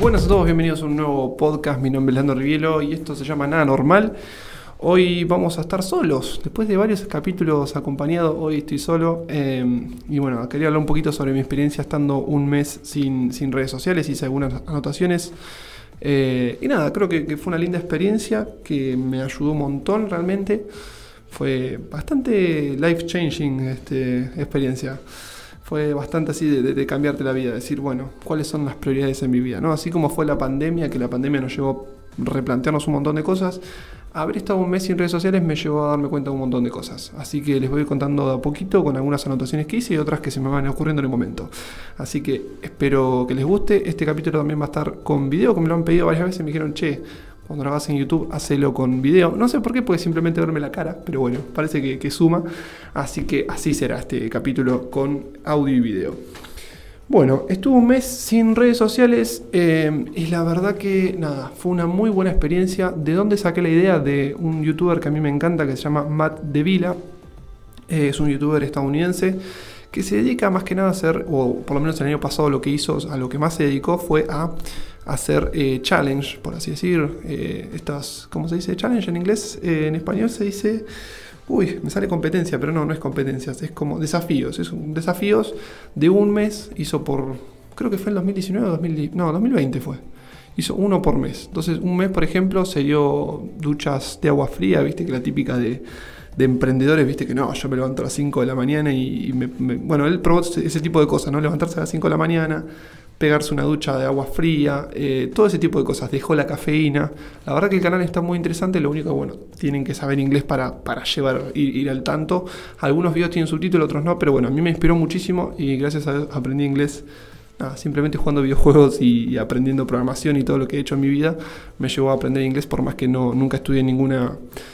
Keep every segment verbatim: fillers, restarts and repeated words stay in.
Buenas a todos, bienvenidos a un nuevo podcast. Mi nombre es Leandro Rivielo y esto se llama Nada Normal. Hoy vamos a estar solos, después de varios capítulos acompañados, hoy estoy solo. Eh, y bueno, quería hablar un poquito sobre mi experiencia estando un mes sin, sin redes sociales, hice algunas anotaciones. Eh, y nada, creo que, que fue una linda experiencia que me ayudó un montón realmente. Fue bastante life changing este, experiencia. Fue bastante así de, de, de cambiarte la vida, decir, bueno, ¿cuáles son las prioridades en mi vida? ¿No? Así como fue la pandemia, que la pandemia nos llevó a replantearnos un montón de cosas, haber estado un mes sin redes sociales me llevó a darme cuenta de un montón de cosas. Así que les voy contando de a poquito con algunas anotaciones que hice y otras que se me van ocurriendo en el momento. Así que espero que les guste. Este capítulo también va a estar con video, que me lo han pedido varias veces, me dijeron, che, cuando lo hagas en YouTube, hacelo con video. No sé por qué, porque simplemente verme la cara, pero bueno, parece que, que suma. Así que así será este capítulo con audio y video. Bueno, estuve un mes sin redes sociales eh, y la verdad que nada, fue una muy buena experiencia. ¿De dónde saqué la idea? De un youtuber que a mí me encanta, que se llama Matt Devila. Eh, es un youtuber estadounidense que se dedica más que nada a hacer, o por lo menos el año pasado lo que hizo, a lo que más se dedicó fue a hacer eh, challenge, por así decir, eh, estas, ¿cómo se dice? Challenge en inglés, eh, en español se dice, uy, me sale competencia, pero no, no es competencias, es como desafíos, es un, desafíos de un mes, hizo por, creo que fue en dos mil diecinueve, dos mil, no, dos mil veinte fue, hizo uno por mes. Entonces un mes, por ejemplo, se dio duchas de agua fría, viste, que la típica de... de emprendedores, viste que no, yo me levanto a las cinco de la mañana y, y me, me, bueno, él probó ese tipo de cosas, ¿no? Levantarse a las cinco de la mañana, pegarse una ducha de agua fría, eh, todo ese tipo de cosas, dejó la cafeína. La verdad que el canal está muy interesante, lo único que, bueno, tienen que saber inglés para, para llevar, ir, ir al tanto. Algunos videos tienen subtítulos, otros no, pero bueno, a mí me inspiró muchísimo y gracias a Dios aprendí inglés. Nada, simplemente jugando videojuegos y, y aprendiendo programación y todo lo que he hecho en mi vida me llevó a aprender inglés, por más que no, nunca estudié ninguna...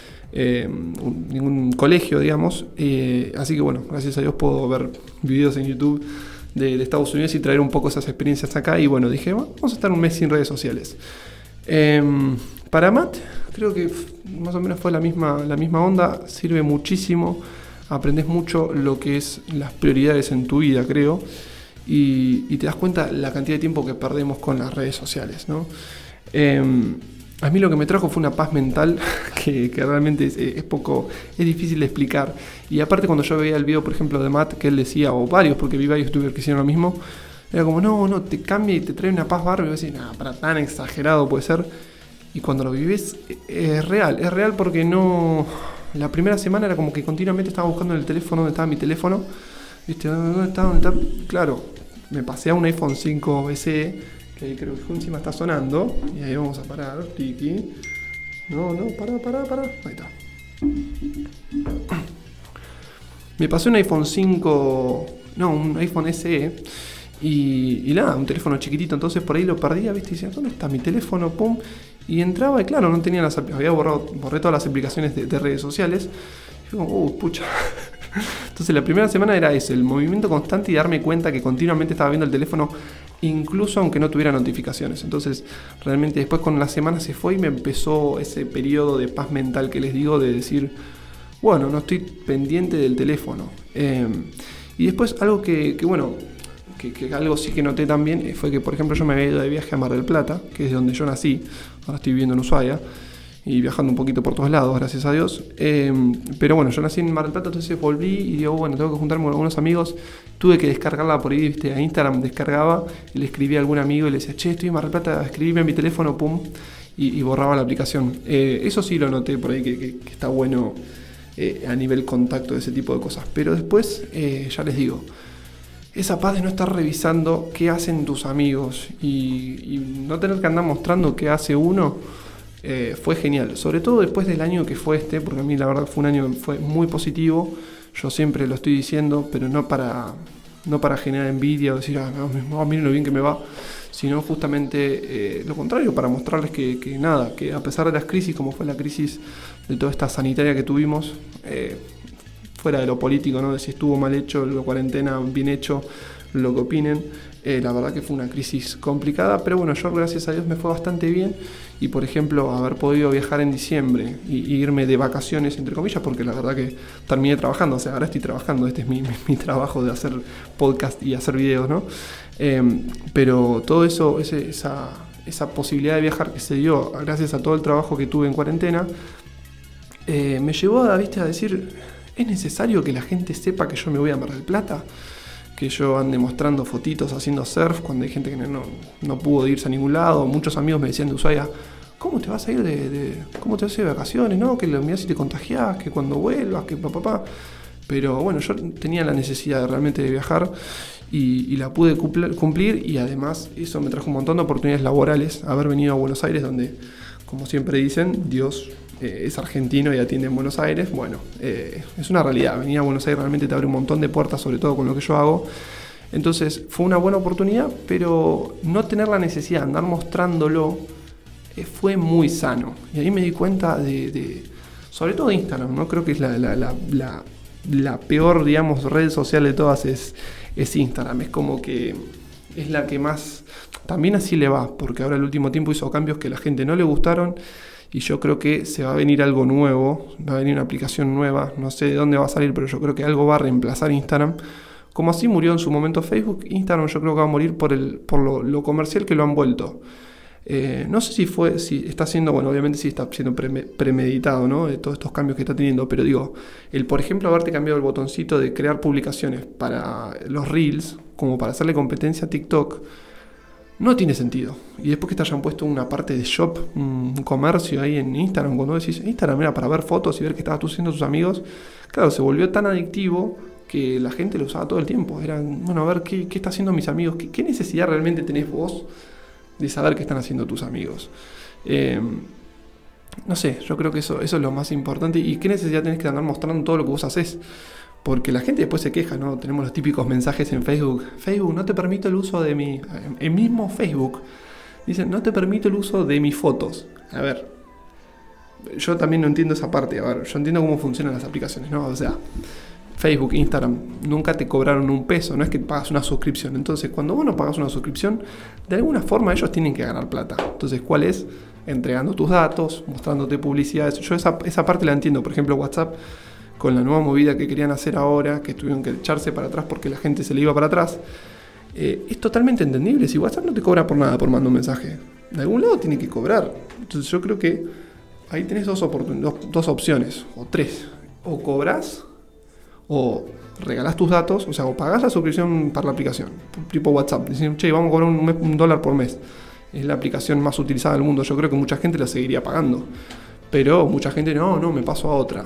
Eh, un, ningún colegio, digamos, eh, así que bueno, gracias a Dios puedo ver videos en YouTube de, de Estados Unidos y traer un poco esas experiencias acá. Y bueno, dije, bueno, vamos a estar un mes sin redes sociales. Eh, para Matt, creo que más o menos fue la misma, la misma onda, sirve muchísimo, aprendes mucho lo que es las prioridades en tu vida, creo, y, y te das cuenta la cantidad de tiempo que perdemos con las redes sociales, ¿no? Eh, A mí lo que me trajo fue una paz mental que, que realmente es, es poco, es difícil de explicar. Y aparte cuando yo veía el video, por ejemplo, de Matt, que él decía, o varios, porque vi varios youtubers que hicieron lo mismo, era como, no, no, te cambia y te trae una paz bárbara. Y yo decía, nada, para tan exagerado puede ser. Y cuando lo vivís, es real, es real porque no... La primera semana era como que continuamente estaba buscando en el teléfono, dónde estaba mi teléfono. ¿Viste? ¿Dónde está? ¿Dónde está? Claro, me pasé a un iPhone cinco S E, que ahí creo que encima está sonando, y ahí vamos a parar, tiki. No, no, pará, pará, pará. Ahí está. Me pasé un iPhone cinco, no, un iPhone S E, y, y nada, un teléfono chiquitito, entonces por ahí lo perdía, viste, y decía, ¿dónde está mi teléfono? Pum, y entraba, y claro, no tenía las, había borrado, borré todas las aplicaciones de, de redes sociales, y yo como, uh, pucha. Entonces la primera semana era ese, el movimiento constante y darme cuenta que continuamente estaba viendo el teléfono, incluso aunque no tuviera notificaciones. Entonces realmente después con la semana se fue y me empezó ese periodo de paz mental que les digo, de decir, bueno, no estoy pendiente del teléfono. Eh, y después algo que, que bueno, que, que algo sí que noté también fue que, por ejemplo, yo me había ido de viaje a Mar del Plata, que es de donde yo nací, ahora estoy viviendo en Ushuaia, y viajando un poquito por todos lados, gracias a Dios. Eh, pero bueno, yo nací en Mar del Plata, entonces volví y digo, bueno, tengo que juntarme con algunos amigos. Tuve que descargarla por ahí, viste, a Instagram descargaba, y le escribí a algún amigo y le decía, che, estoy en Mar del Plata, escribime a mi teléfono, pum, y, y borraba la aplicación. Eh, eso sí lo noté por ahí, que, que, que está bueno eh, a nivel contacto de ese tipo de cosas. Pero después, eh, ya les digo, esa paz de no estar revisando qué hacen tus amigos y, y no tener que andar mostrando qué hace uno, Eh, fue genial, sobre todo después del año que fue este, porque a mí la verdad fue un año que fue muy positivo. Yo siempre lo estoy diciendo, pero no para, no para generar envidia o decir, ah, no, miren lo bien que me va, sino justamente eh, lo contrario, para mostrarles que, que nada, que a pesar de las crisis, como fue la crisis de toda esta sanitaria que tuvimos, eh, fuera de lo político, ¿no? De si estuvo mal hecho la cuarentena, bien hecho, lo que opinen. Eh, la verdad que fue una crisis complicada, pero bueno, yo gracias a Dios me fue bastante bien. Y por ejemplo, haber podido viajar en diciembre y, y irme de vacaciones, entre comillas, porque la verdad que terminé trabajando, o sea, ahora estoy trabajando, este es mi, mi, mi trabajo de hacer podcast y hacer videos, ¿no? Eh, pero todo eso, ese, esa, esa posibilidad de viajar que se dio gracias a todo el trabajo que tuve en cuarentena, eh, me llevó a, ¿viste? a decir, ¿es necesario que la gente sepa que yo me voy a Mar del Plata? Que yo ande mostrando fotitos haciendo surf cuando hay gente que no, no, no pudo irse a ningún lado. Muchos amigos me decían de Ushuaia, ¿cómo te vas a ir de, de, ¿cómo te vas a ir de vacaciones? ¿No? Que lo mirás si te contagiás, que cuando vuelvas, que papá, papá. Pero bueno, yo tenía la necesidad de realmente de viajar y, y la pude cumplir, y además eso me trajo un montón de oportunidades laborales, haber venido a Buenos Aires, donde, como siempre dicen, Dios eh, es argentino y atiende en Buenos Aires. Bueno, eh, es una realidad, venir a Buenos Aires realmente te abre un montón de puertas, sobre todo con lo que yo hago. Entonces fue una buena oportunidad, pero no tener la necesidad de andar mostrándolo eh, fue muy sano. Y ahí me di cuenta de, de sobre todo de Instagram, ¿no? Creo que es la, la, la, la la peor, digamos, red social de todas es, es Instagram. Es como que es la que más, también así le va, porque ahora el último tiempo hizo cambios que a la gente no le gustaron, y yo creo que se va a venir algo nuevo, va a venir una aplicación nueva, no sé de dónde va a salir, pero yo creo que algo va a reemplazar Instagram. Como así murió en su momento Facebook, Instagram yo creo que va a morir por, el, por lo, lo comercial que lo han vuelto. Eh, no sé si fue, si está siendo, bueno, obviamente sí está siendo premeditado, ¿no? De todos estos cambios que está teniendo, pero digo, el por ejemplo haberte cambiado el botoncito de crear publicaciones para los Reels, como para hacerle competencia a TikTok, no tiene sentido. Y después que te hayan puesto una parte de shop, un comercio ahí en Instagram, cuando decís, Instagram era para ver fotos y ver qué estabas tú haciendo tus amigos, claro, se volvió tan adictivo que la gente lo usaba todo el tiempo. Era, bueno, a ver qué, qué están haciendo mis amigos, qué, qué necesidad realmente tenés vos de saber qué están haciendo tus amigos. Eh, no sé, yo creo que eso, eso es lo más importante. Y qué necesidad tenés que andar mostrando todo lo que vos haces. Porque la gente después se queja, ¿no? Tenemos los típicos mensajes en Facebook. Facebook, no te permito el uso de mi... En mismo Facebook dicen, no te permito el uso de mis fotos. A ver, yo también no entiendo esa parte. A ver, yo entiendo cómo funcionan las aplicaciones, ¿no? O sea, Facebook, Instagram, nunca te cobraron un peso, no es que pagas una suscripción. Entonces, cuando vos no pagas una suscripción, de alguna forma ellos tienen que ganar plata. Entonces, ¿cuál es? Entregando tus datos, mostrándote publicidades. Yo esa, esa parte la entiendo. Por ejemplo, WhatsApp, con la nueva movida que querían hacer ahora, que tuvieron que echarse para atrás porque la gente se le iba para atrás, eh, es totalmente entendible. Si WhatsApp no te cobra por nada por mandar un mensaje, de algún lado tiene que cobrar. Entonces, yo creo que ahí tenés dos, oportun- dos, dos opciones, o tres. O cobras, o regalás tus datos, o sea, o pagás la suscripción para la aplicación, tipo WhatsApp. Dicen, che, vamos a cobrar un, mes, un dólar por mes. Es la aplicación más utilizada del mundo. Yo creo que mucha gente la seguiría pagando. Pero mucha gente, no, no, me paso a otra.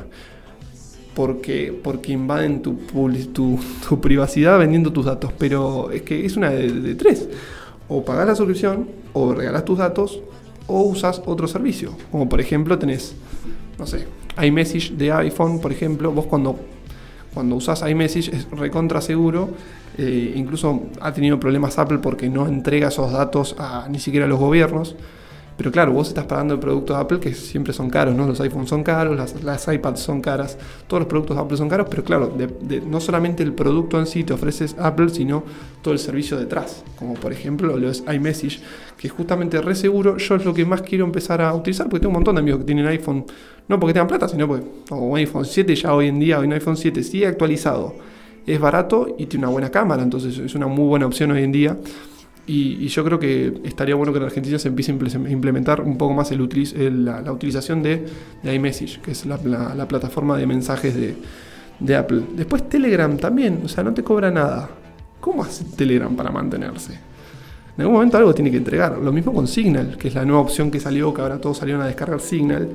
Porque, porque invaden tu, tu, tu privacidad vendiendo tus datos. Pero es que es una de, de tres. O pagás la suscripción, o regalás tus datos, o usás otro servicio. Como por ejemplo tenés, no sé, iMessage de iPhone, por ejemplo. Vos cuando... Cuando usás iMessage es recontra seguro, eh, incluso ha tenido problemas Apple porque no entrega esos datos a ni siquiera a los gobiernos. Pero claro, vos estás pagando el producto de Apple, que siempre son caros, ¿no? Los iPhones son caros, las, las iPads son caras, todos los productos de Apple son caros, pero claro, de, de, no solamente el producto en sí te ofreces Apple, sino todo el servicio detrás, como por ejemplo los iMessage, que es justamente re seguro. Yo es lo que más quiero empezar a utilizar, porque tengo un montón de amigos que tienen iPhone, no porque tengan plata, sino porque o un iPhone siete ya hoy en día, hoy un iPhone siete sigue actualizado, es barato y tiene una buena cámara, entonces es una muy buena opción hoy en día. Y, y yo creo que estaría bueno que en Argentina se empiece a implementar un poco más el utiliz, el, la, la utilización de, de iMessage, que es la, la, la plataforma de mensajes de, de Apple. Después Telegram también, o sea, no te cobra nada. ¿Cómo hace Telegram para mantenerse? En algún momento algo tiene que entregar. Lo mismo con Signal, que es la nueva opción que salió, que ahora todos salieron a descargar Signal.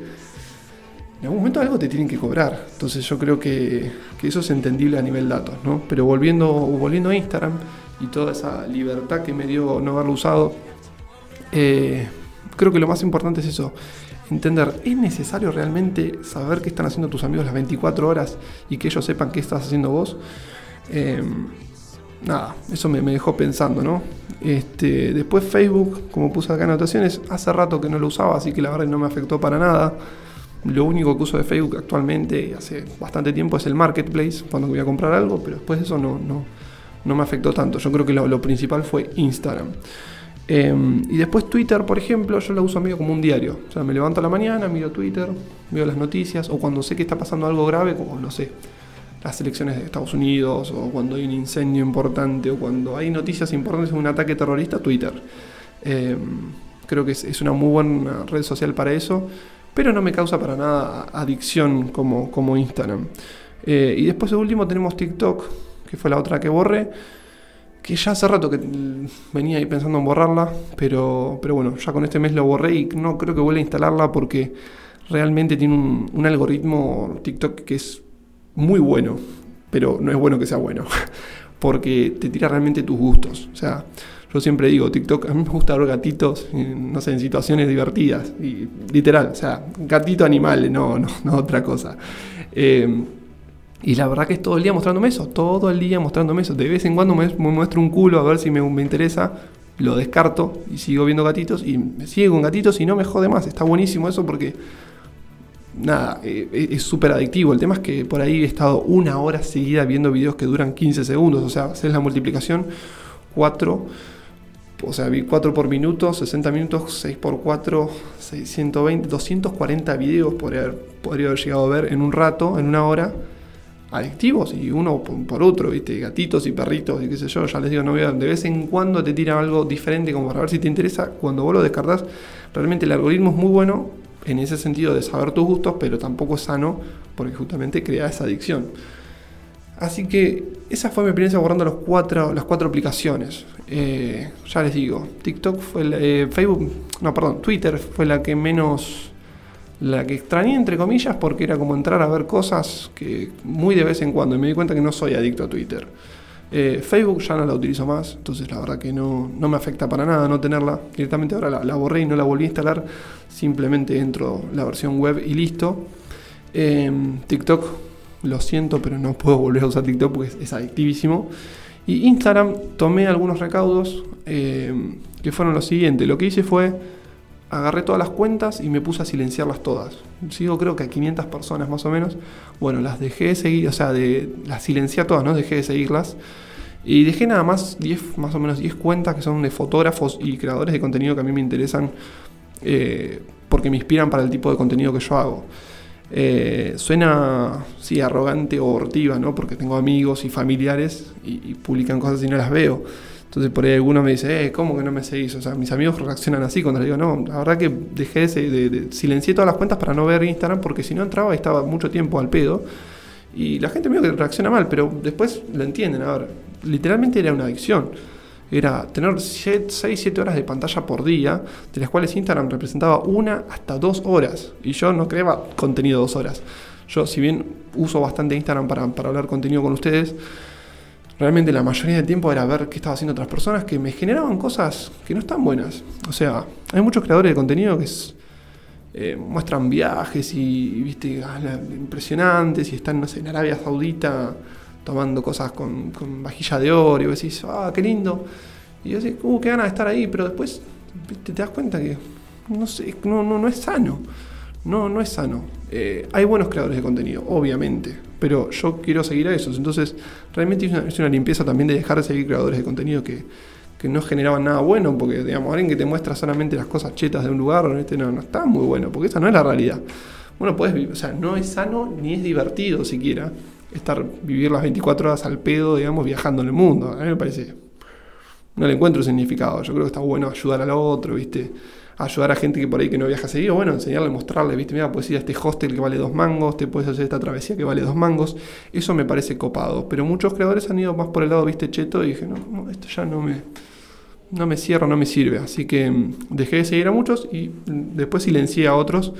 En algún momento algo te tienen que cobrar. Entonces yo creo que, que eso es entendible a nivel datos, ¿no? Pero volviendo, volviendo a Instagram y toda esa libertad que me dio no haberlo usado, eh, creo que lo más importante es eso, entender, ¿es necesario realmente saber qué están haciendo tus amigos las veinticuatro horas y que ellos sepan qué estás haciendo vos? Eh, nada, eso me, me dejó pensando, ¿no? Este, después Facebook, como puse acá en anotaciones, hace rato que no lo usaba, así que la verdad no me afectó para nada. Lo único que uso de Facebook actualmente, hace bastante tiempo, es el Marketplace, cuando voy a comprar algo, pero después de eso no... no no me afectó tanto. Yo creo que lo, lo principal fue Instagram. Eh, y después Twitter, por ejemplo, yo lo uso medio como un diario. O sea, me levanto a la mañana, miro Twitter, veo las noticias, o cuando sé que está pasando algo grave, como, no sé, las elecciones de Estados Unidos, o cuando hay un incendio importante, o cuando hay noticias importantes de un ataque terrorista, Twitter. Eh, creo que es, es una muy buena red social para eso, pero no me causa para nada adicción como, como Instagram. Eh, y después de último tenemos TikTok, que fue la otra que borré, que ya hace rato que venía ahí pensando en borrarla, pero, pero bueno, ya con este mes lo borré y no creo que vuelva a instalarla porque realmente tiene un, un algoritmo TikTok que es muy bueno, pero no es bueno que sea bueno, porque te tira realmente tus gustos. O sea, yo siempre digo, TikTok, a mí me gusta ver gatitos, no sé, en situaciones divertidas, y literal, o sea, gatito animales, no, no, no otra cosa. Eh, Y la verdad que es todo el día mostrándome eso, todo el día mostrándome eso. De vez en cuando me, me muestro un culo a ver si me, me interesa, lo descarto y sigo viendo gatitos y me sigue con gatitos y no me jode más. Está buenísimo eso porque, nada, eh, es súper adictivo. El tema es que por ahí he estado una hora seguida viendo videos que duran quince segundos. O sea, haces la multiplicación, cuatro, o sea, vi cuatro por minuto, sesenta minutos, seis por cuatro, ciento veinte, doscientos cuarenta videos podría haber, podría haber llegado a ver en un rato, en una hora. Adictivos y uno por otro, ¿viste? Gatitos y perritos y qué sé yo, ya les digo, no voy a, de vez en cuando te tira algo diferente como para ver si te interesa. Cuando vos lo descartás, realmente el algoritmo es muy bueno en ese sentido de saber tus gustos, pero tampoco es sano porque justamente crea esa adicción. Así que esa fue mi experiencia borrando los cuatro, las cuatro aplicaciones. Eh, ya les digo, TikTok fue el, eh, Facebook, no, perdón, Twitter fue la que menos... La que extrañé, entre comillas, porque era como entrar a ver cosas que muy de vez en cuando. Y me di cuenta que no soy adicto a Twitter. Eh, Facebook ya no la utilizo más, entonces la verdad que no, no me afecta para nada no tenerla. Directamente ahora la, la borré y no la volví a instalar. Simplemente entro la versión web y listo. Eh, TikTok, lo siento, pero no puedo volver a usar TikTok porque es, es adictivísimo. Y Instagram, tomé algunos recaudos eh, que fueron los siguientes. Lo que hice fue... agarré todas las cuentas y me puse a silenciarlas todas. Sigo creo que a quinientas personas más o menos. Bueno, las dejé de seguir, o sea, de, las silencié todas, ¿no? Dejé de seguirlas. Y dejé nada más diez, más o menos diez cuentas que son de fotógrafos y creadores de contenido que a mí me interesan eh, porque me inspiran para el tipo de contenido que yo hago. Eh, suena, sí, arrogante o hortiva, ¿no? Porque tengo amigos y familiares y, y publican cosas y no las veo. Entonces por ahí alguno me dice, eh, ¿cómo que no me seguís? O sea, mis amigos reaccionan así cuando les digo, no, la verdad que dejé de, de, de silencié todas las cuentas para no ver Instagram, porque si no entraba y estaba mucho tiempo al pedo. Y la gente medio que reacciona mal, pero después lo entienden. A ver, literalmente era una adicción. Era tener seis siete horas de pantalla por día, de las cuales Instagram representaba una hasta dos horas. Y yo no creaba contenido dos horas. Yo, si bien uso bastante Instagram para, para hablar contenido con ustedes, realmente la mayoría del tiempo era ver qué estaban haciendo otras personas que me generaban cosas que no están buenas. O sea, hay muchos creadores de contenido que es, eh, muestran viajes y, y viste, impresionantes y están, no sé, en Arabia Saudita tomando cosas con, con vajilla de oro y vos decís, ah, qué lindo. Y yo decís, uh, qué ganas de estar ahí, pero después viste, te das cuenta que no sé, no, no, no es sano. No, no es sano. Eh, hay buenos creadores de contenido, obviamente, pero yo quiero seguir a esos. Entonces, realmente es una, es una limpieza también de dejar de seguir creadores de contenido que, que no generaban nada bueno, porque, digamos, alguien que te muestra solamente las cosas chetas de un lugar, este no, no está muy bueno, porque esa no es la realidad. Bueno, podés vivir, o sea, no es sano ni es divertido siquiera estar, vivir las veinticuatro horas al pedo, digamos, viajando en el mundo. A mí me parece, no le encuentro significado. Yo creo que está bueno ayudar al otro, ¿viste? Ayudar a gente que por ahí que no viaja seguido, bueno, enseñarle, mostrarle, viste, mira, puedes ir a este hostel que vale dos mangos, te puedes hacer esta travesía que vale dos mangos, eso me parece copado, pero muchos creadores han ido más por el lado, viste, cheto, y dije, no, no esto ya no me, no me cierra, no me sirve, así que mmm, dejé de seguir a muchos y después silencié a otros,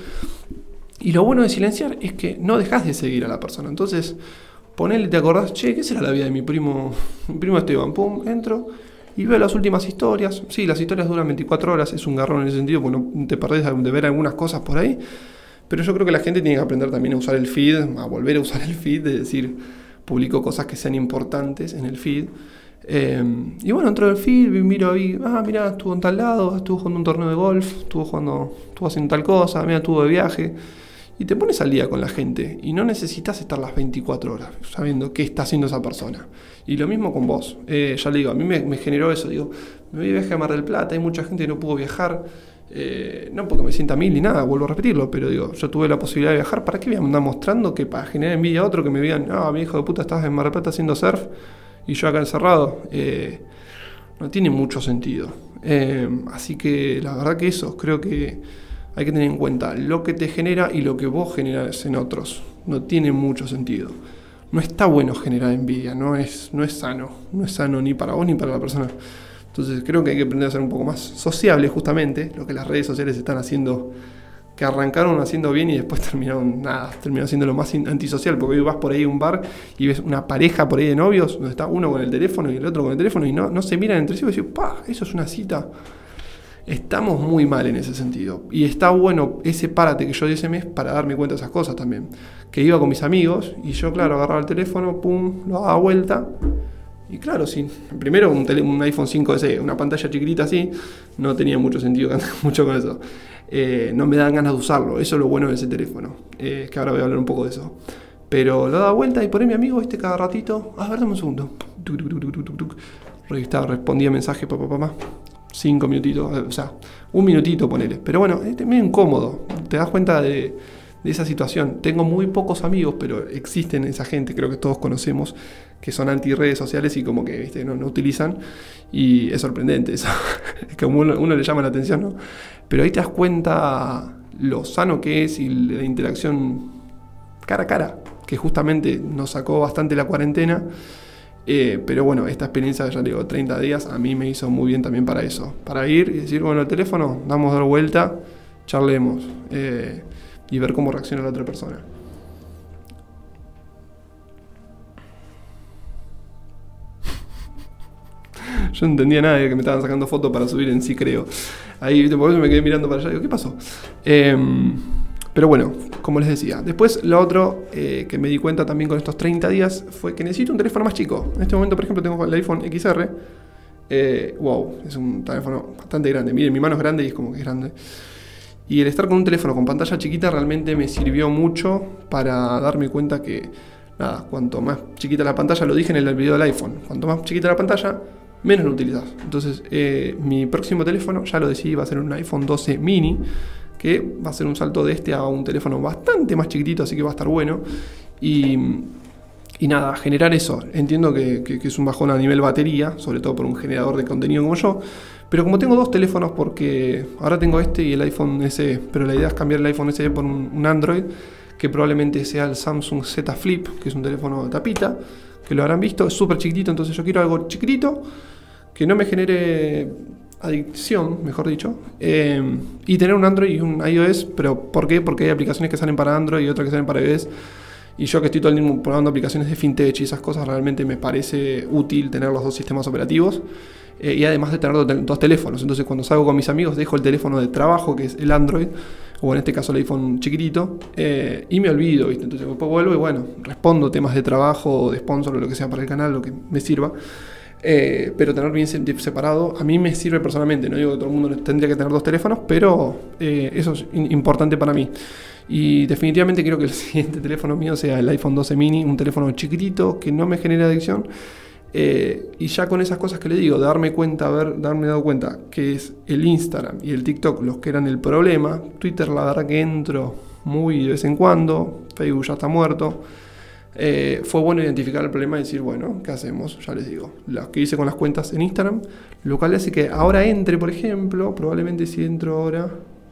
y lo bueno de silenciar es que no dejas de seguir a la persona, entonces, ponele, te acordás, che, ¿qué será la vida de mi primo, mi primo Esteban? Pum, entro, y veo las últimas historias. Sí, las historias duran veinticuatro horas, es un garrón en ese sentido, porque no te perdés de ver algunas cosas por ahí. Pero yo creo que la gente tiene que aprender también a usar el feed, a volver a usar el feed, es decir, publico cosas que sean importantes en el feed. Eh, y bueno, entro en el feed, miro ahí, ah, mira, estuvo en tal lado, estuvo jugando un torneo de golf, estuvo jugando, estuvo haciendo tal cosa, mira, estuvo de viaje. Y te pones al día con la gente y no necesitas estar las veinticuatro horas sabiendo qué está haciendo esa persona. Y lo mismo con vos. Eh, ya le digo, a mí me, me generó eso. Digo, me voy de viaje a Mar del Plata, hay mucha gente que no pudo viajar. Eh, no porque me sienta mil ni nada, vuelvo a repetirlo, pero digo, yo tuve la posibilidad de viajar. ¿Para qué voy a andar mostrando que para generar envidia a otro que me digan, ah, mi hijo de puta, estás en Mar del Plata haciendo surf y yo acá encerrado? Eh, no tiene mucho sentido. Eh, así que la verdad que eso, creo que hay que tener en cuenta lo que te genera y lo que vos generas en otros. No tiene mucho sentido. No está bueno generar envidia, no es, no es sano. No es sano ni para vos ni para la persona. Entonces creo que hay que aprender a ser un poco más sociable, justamente, lo que las redes sociales están haciendo, que arrancaron haciendo bien y después terminaron nada, terminaron siendo lo más antisocial, porque hoy vas por ahí a un bar y ves una pareja por ahí de novios, donde está uno con el teléfono y el otro con el teléfono y no, no se miran entre sí y decís, pa, eso es una cita. Estamos muy mal en ese sentido. Y está bueno ese párate que yo di ese mes para darme cuenta de esas cosas también. Que iba con mis amigos y yo, claro, agarraba el teléfono, pum, lo daba vuelta. Y claro, sí, primero un, tele, un iPhone cinco ese, una pantalla chiquitita así, no tenía mucho sentido mucho con eso. Eh, no me dan ganas de usarlo, eso es lo bueno de ese teléfono, eh, que ahora voy a hablar un poco de eso. Pero lo daba vuelta y por ahí mi amigo, este cada ratito, a ver, dame un segundo. Revistaba, respondía mensaje, papá, papá, cinco minutitos, o sea, un minutito ponele. Pero bueno, es medio incómodo, te das cuenta de, de esa situación. Tengo muy pocos amigos, pero existen esa gente, creo que todos conocemos, que son anti-redes sociales y como que, viste, no, no utilizan, y es sorprendente eso, es que a uno, uno le llama la atención, ¿no? Pero ahí te das cuenta lo sano que es y la interacción cara a cara, que justamente nos sacó bastante la cuarentena, eh, pero bueno, esta experiencia, ya digo, treinta días, a mí me hizo muy bien también para eso, para ir y decir, bueno, el teléfono, damos dar vuelta, charlemos, eh, y ver cómo reacciona la otra persona. Yo no entendía nada de que me estaban sacando fotos para subir en sí, creo. Ahí, por eso me quedé mirando para allá y digo, ¿qué pasó? Eh, pero bueno, como les decía. Después, lo otro eh, que me di cuenta también con estos treinta días fue que necesito un teléfono más chico. En este momento, por ejemplo, tengo el iPhone X R. Eh, wow, es un teléfono bastante grande. Miren, mi mano es grande y es como que es grande. Y el estar con un teléfono con pantalla chiquita realmente me sirvió mucho para darme cuenta que, nada, cuanto más chiquita la pantalla, lo dije en el video del iPhone, cuanto más chiquita la pantalla, menos lo utilizas. Entonces, eh, mi próximo teléfono, ya lo decidí, va a ser un iPhone doce mini, que va a ser un salto de este a un teléfono bastante más chiquitito, así que va a estar bueno. Y, y nada, generar eso. Entiendo que, que, que es un bajón a nivel batería, sobre todo por un generador de contenido como yo. Pero como tengo dos teléfonos, porque ahora tengo este y el iPhone S E, pero la idea es cambiar el iPhone S E por un, un Android, que probablemente sea el Samsung Z Flip, que es un teléfono de tapita, que lo habrán visto, es súper chiquitito, entonces yo quiero algo chiquitito, que no me genere adicción, mejor dicho, eh, y tener un Android y un iOS. Pero ¿por qué? Porque hay aplicaciones que salen para Android y otras que salen para iOS, y yo que estoy todo el tiempo probando aplicaciones de fintech y esas cosas, realmente me parece útil tener los dos sistemas operativos, eh, y además de tener dos, dos teléfonos. Entonces cuando salgo con mis amigos dejo el teléfono de trabajo, que es el Android, o en este caso el iPhone chiquitito, eh, y me olvido, ¿viste? Entonces después vuelvo y bueno, respondo temas de trabajo, de sponsor o lo que sea para el canal, lo que me sirva. Eh, pero tener bien separado a mí me sirve personalmente. No digo que todo el mundo tendría que tener dos teléfonos, pero eh, eso es importante para mí. Y definitivamente quiero que el siguiente teléfono mío sea el iPhone doce mini, un teléfono chiquitito que no me genere adicción. Eh, y ya con esas cosas que le digo, de darme cuenta, haber, darme dado cuenta que es el Instagram y el TikTok los que eran el problema. Twitter, la verdad que entro muy de vez en cuando, Facebook ya está muerto. Eh, fue bueno identificar el problema y decir, bueno, ¿qué hacemos? Ya les digo, lo que hice con las cuentas en Instagram, lo cual hace que ahora entre, por ejemplo, probablemente si entro ahora,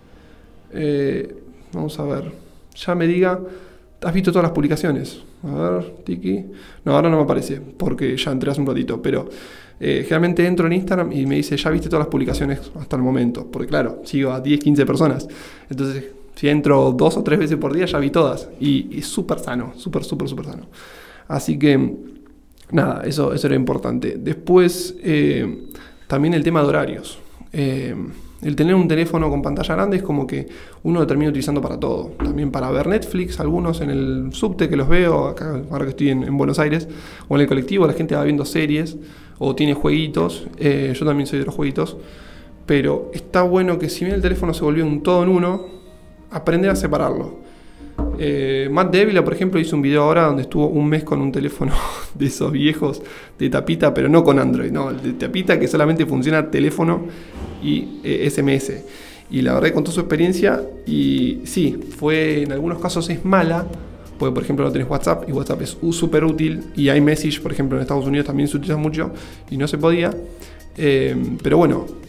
eh, vamos a ver, ya me diga, ¿has visto todas las publicaciones? A ver, Tiki. No, ahora no me aparece, porque ya entré hace un ratito, pero eh, generalmente entro en Instagram y me dice, ya viste todas las publicaciones hasta el momento, porque claro, sigo a diez, quince personas, entonces si entro dos o tres veces por día ya vi todas, y es súper sano, súper, súper, súper sano. Así que, nada, eso, eso era importante. Después, eh, también el tema de horarios. Eh, el tener un teléfono con pantalla grande es como que uno lo termina utilizando para todo. También para ver Netflix, algunos en el subte que los veo, acá ahora que estoy en, en Buenos Aires, o en el colectivo, la gente va viendo series, o tiene jueguitos. Eh, yo también soy de los jueguitos. Pero está bueno que si bien el teléfono se volvió un todo en uno, aprender a separarlo. Eh, Matt Devila, por ejemplo, hizo un video ahora donde estuvo un mes con un teléfono de esos viejos de tapita, pero no con Android, no, el de tapita que solamente funciona teléfono y eh, S M S. Y la verdad contó su experiencia y sí, fue en algunos casos es mala, porque por ejemplo no tenés WhatsApp y WhatsApp es súper útil, y iMessage, por ejemplo, en Estados Unidos también se utiliza mucho y no se podía. Eh, pero bueno,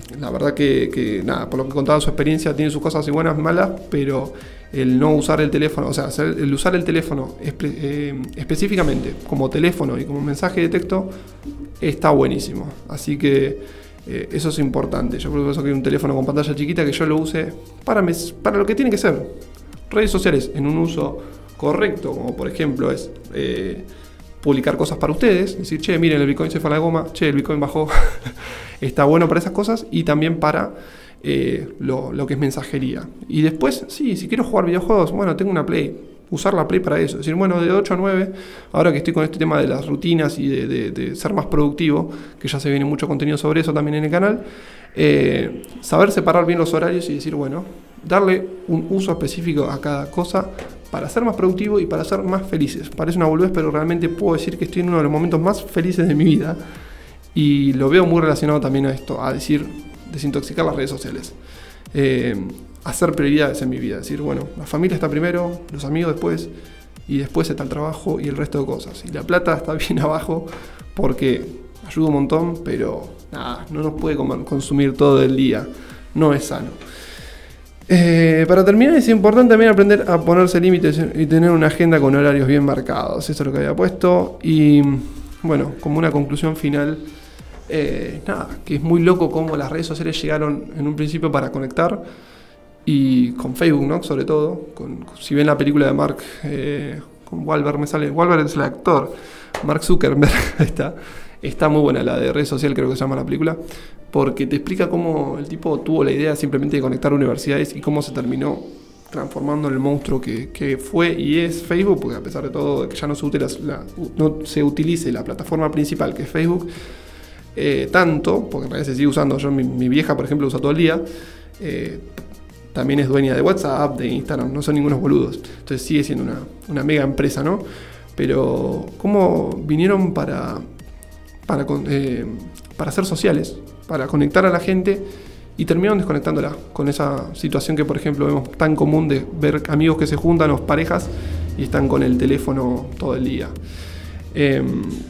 la verdad que, que, nada, por lo que contaba su experiencia, tiene sus cosas y buenas y malas, pero el no usar el teléfono, o sea, el usar el teléfono espe- eh, específicamente como teléfono y como mensaje de texto está buenísimo. Así que eh, eso es importante. Yo creo que eso que un teléfono con pantalla chiquita que yo lo use para, mes, para lo que tiene que ser. Redes sociales en un uso correcto, como por ejemplo es eh, publicar cosas para ustedes, decir, che, miren, el Bitcoin se fue a la goma, che, el Bitcoin bajó. Está bueno para esas cosas y también para eh, lo, lo que es mensajería. Y después, sí, si quiero jugar videojuegos, bueno, tengo una Play, usar la Play para eso. Es decir, bueno, de ocho a nueve, ahora que estoy con este tema de las rutinas y de, de, de ser más productivo, que ya se viene mucho contenido sobre eso también en el canal, eh, saber separar bien los horarios y decir, bueno, darle un uso específico a cada cosa para ser más productivo y para ser más felices. Parece una boludez, pero realmente puedo decir que estoy en uno de los momentos más felices de mi vida. Y lo veo muy relacionado también a esto, a decir, desintoxicar las redes sociales. Eh, hacer prioridades en mi vida. Decir, bueno, la familia está primero, los amigos después, y después está el trabajo y el resto de cosas. Y la plata está bien abajo porque ayuda un montón, pero nada, no nos puede consumir todo el día. No es sano. Eh, para terminar, es importante también aprender a ponerse límites y tener una agenda con horarios bien marcados. Eso es lo que había puesto. Y bueno, como una conclusión final, eh, nada, que es muy loco cómo las redes sociales llegaron en un principio para conectar, y con Facebook, ¿no? Sobre todo, con, si ven la película de Mark, eh, con Wahlberg, me sale, Wahlberg es el actor, Mark Zuckerberg, ahí está, está muy buena la de red social, creo que se llama la película, porque te explica cómo el tipo tuvo la idea simplemente de conectar universidades y cómo se terminó transformando en el monstruo que, que fue y es Facebook, porque a pesar de todo, de que ya no se, utiliza la, no se utilice la plataforma principal que es Facebook, eh, tanto, porque en realidad se sigue usando, yo mi, mi vieja por ejemplo usa todo el día, eh, también es dueña de WhatsApp, de Instagram, no son ningunos boludos, entonces sigue siendo una, una mega empresa, ¿no? Pero cómo vinieron para, para, eh, para ser sociales, para conectar a la gente, y terminaron desconectándola con esa situación que por ejemplo vemos tan común de ver amigos que se juntan o parejas y están con el teléfono todo el día. Eh,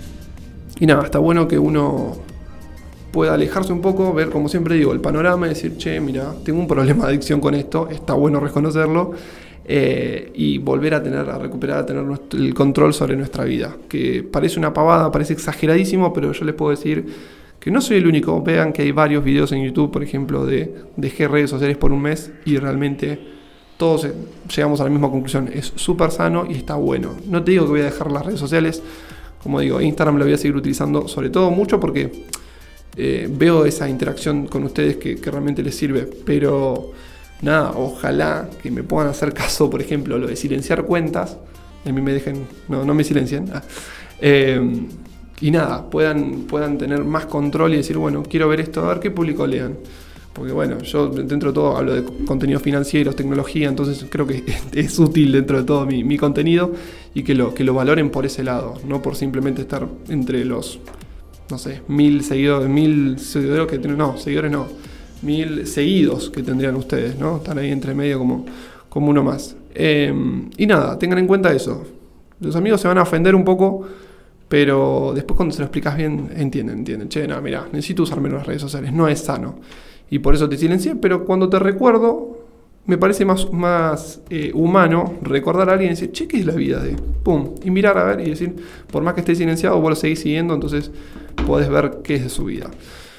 y nada, está bueno que uno pueda alejarse un poco, ver, como siempre digo, el panorama y decir, che, mira, tengo un problema de adicción con esto, está bueno reconocerlo, eh, y volver a tener, a recuperar, a tener nuestro, el control sobre nuestra vida, que parece una pavada, parece exageradísimo, pero yo les puedo decir que no soy el único. Vean que hay varios videos en YouTube, por ejemplo, de dejé redes sociales por un mes y realmente todos llegamos a la misma conclusión, es súper sano y está bueno. No te digo que voy a dejar las redes sociales, como digo, Instagram lo voy a seguir utilizando, sobre todo mucho porque Eh, veo esa interacción con ustedes que, que realmente les sirve, pero nada, ojalá que me puedan hacer caso, por ejemplo, lo de silenciar cuentas, a mí me dejen, no, no me silencien, ah. eh, y nada, puedan, puedan tener más control y decir, bueno, quiero ver esto, a ver qué público lean, porque bueno, yo dentro de todo hablo de contenidos financieros, tecnología, entonces creo que es útil dentro de todo mi, mi contenido, y que lo, que lo valoren por ese lado, no por simplemente estar entre los, no sé, mil seguidores, mil seguidores que tienen, no, seguidores no, mil seguidos que tendrían ustedes, ¿no? Están ahí entre medio como, como uno más. Eh, y nada, tengan en cuenta eso. Los amigos se van a ofender un poco, pero después cuando se lo explicas bien, entienden, entienden. Che, no, mirá, necesito usar menos las redes sociales, no es sano. Y por eso te silencié, pero cuando te recuerdo, me parece más, más eh, humano recordar a alguien y decir, che, ¿qué es la vida de? Pum, y mirar a ver y decir, por más que esté silenciado, vos lo seguís siguiendo, entonces podés ver qué es de su vida.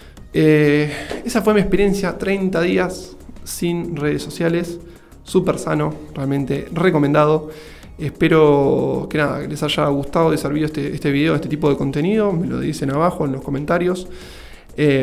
Eh, esa fue mi experiencia, treinta días sin redes sociales, súper sano, realmente recomendado. Espero que nada, que les haya gustado, les servido este, este video, este tipo de contenido, me lo dicen abajo en los comentarios. Eh,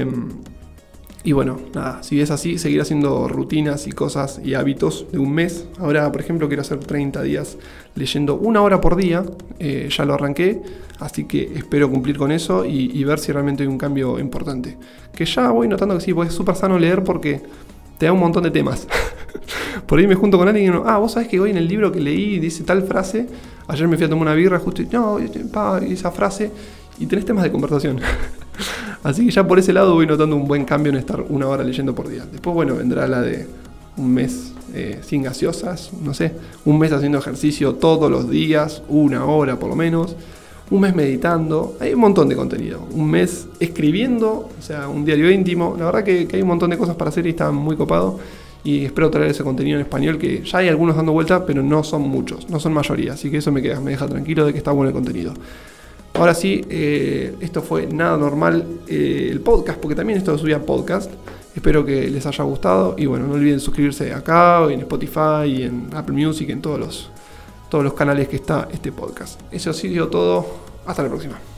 Y bueno, nada, si es así, seguir haciendo rutinas y cosas y hábitos de un mes. Ahora, por ejemplo, quiero hacer treinta días leyendo una hora por día. Eh, ya lo arranqué, así que espero cumplir con eso y, y ver si realmente hay un cambio importante. Que ya voy notando que sí, pues es súper sano leer porque te da un montón de temas. Por ahí me junto con alguien y digo, ah, vos sabés que hoy en el libro que leí dice tal frase. Ayer me fui a tomar una birra justo y no, pa, esa frase. Y tenés temas de conversación. Así que ya por ese lado voy notando un buen cambio en estar una hora leyendo por día. Después, bueno, vendrá la de un mes eh, sin gaseosas, no sé, un mes haciendo ejercicio todos los días, una hora por lo menos, un mes meditando, hay un montón de contenido, un mes escribiendo, o sea, un diario íntimo, la verdad que, que hay un montón de cosas para hacer y está muy copado. Y espero traer ese contenido en español, que ya hay algunos dando vuelta, pero no son muchos, no son mayoría, así que eso me, queda, me deja tranquilo de que está bueno el contenido. Ahora sí, eh, esto fue Nada Normal, eh, el podcast, porque también esto subía podcast. Espero que les haya gustado y bueno, no olviden suscribirse acá, en Spotify, y en Apple Music, en todos los, todos los canales que está este podcast. Eso ha sido todo, hasta la próxima.